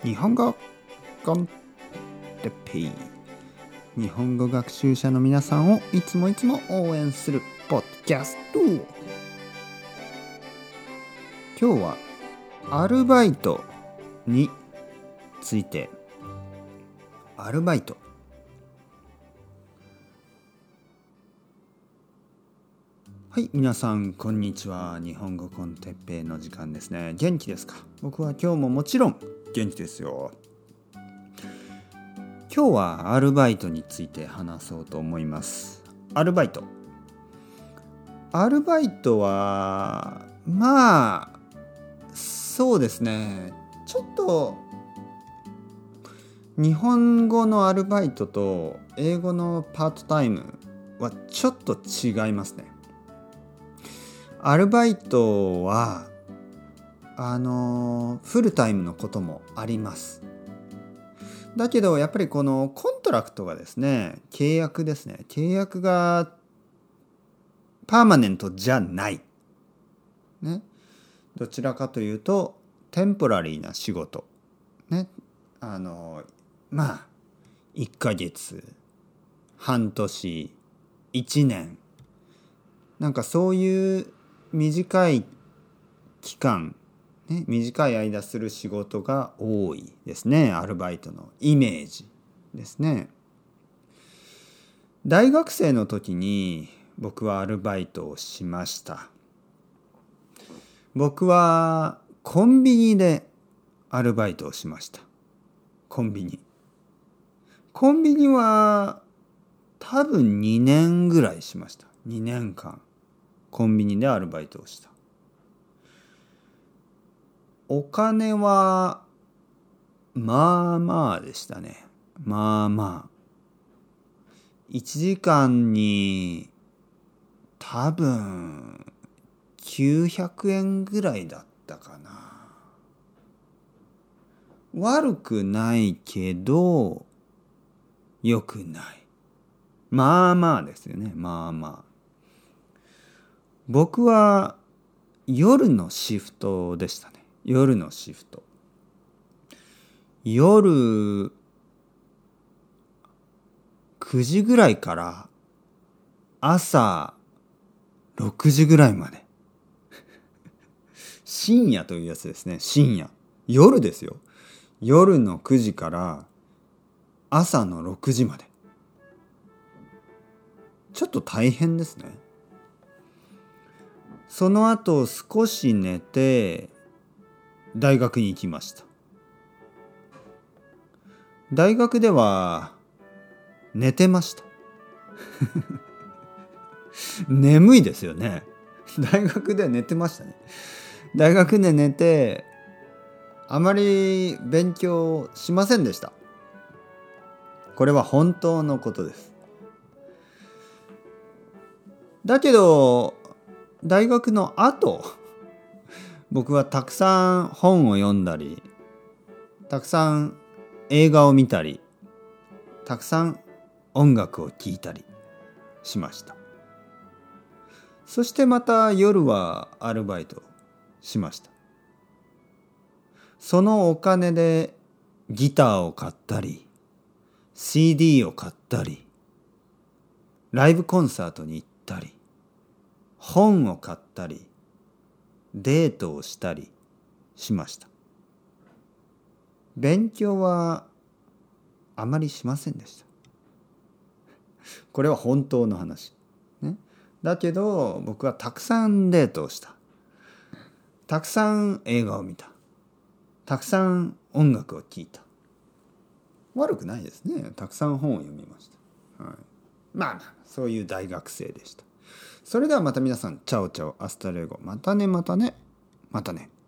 日本語コンテッペイ、日本語学習者の皆さんをいつも応援するポッドキャスト。今日はアルバイトについて。アルバイト、はい、皆さんこんにちは。日本語コンテッペイの時間ですね。元気ですか？僕は今日ももちろん元気ですよ。今日はアルバイトについて話そうと思います。アルバイトはそうですね、ちょっと日本語のアルバイトと英語のパートタイムはちょっと違いますね。アルバイトはフルタイムのこともあります。だけどやっぱりこのコントラクトがですね、契約がパーマネントじゃないね。どちらかというとテンポラリーな仕事ね。1ヶ月、半年、1年、なんかそういう短い期間ね、短い間する仕事が多いですね。アルバイトのイメージですね。大学生の時に僕はアルバイトをしました。僕はコンビニでアルバイトをしました。コンビニは多分2年ぐらいしました。2年間コンビニでアルバイトをした。お金はまあまあでしたね。1時間に多分900円ぐらいだったかな。悪くないけど良くない。まあまあですよね。僕は夜のシフトでしたね。夜9時ぐらいから朝6時ぐらいまで深夜というやつですね。夜ですよ。夜の9時から朝の6時まで。ちょっと大変ですね。その後少し寝て大学に行きました。大学では寝てました眠いですよね。大学で寝てましたね。大学で寝てあまり勉強しませんでした。これは本当のことです。だけど大学の後、僕はたくさん本を読んだり、たくさん映画を見たり、たくさん音楽を聴いたりしました。そしてまた夜はアルバイトしました。そのお金でギターを買ったり、CD を買ったり、ライブコンサートに行ったり、本を買ったり、デートをしたりしました。勉強はあまりしませんでした。これは本当の話、ね。だけど僕はたくさんデートをした。たくさん映画を見た。たくさん音楽を聴いた。悪くないですね。たくさん本を読みました。そういう大学生でした。それではまた皆さん、チャオチャオ、アスタレゴ、またね。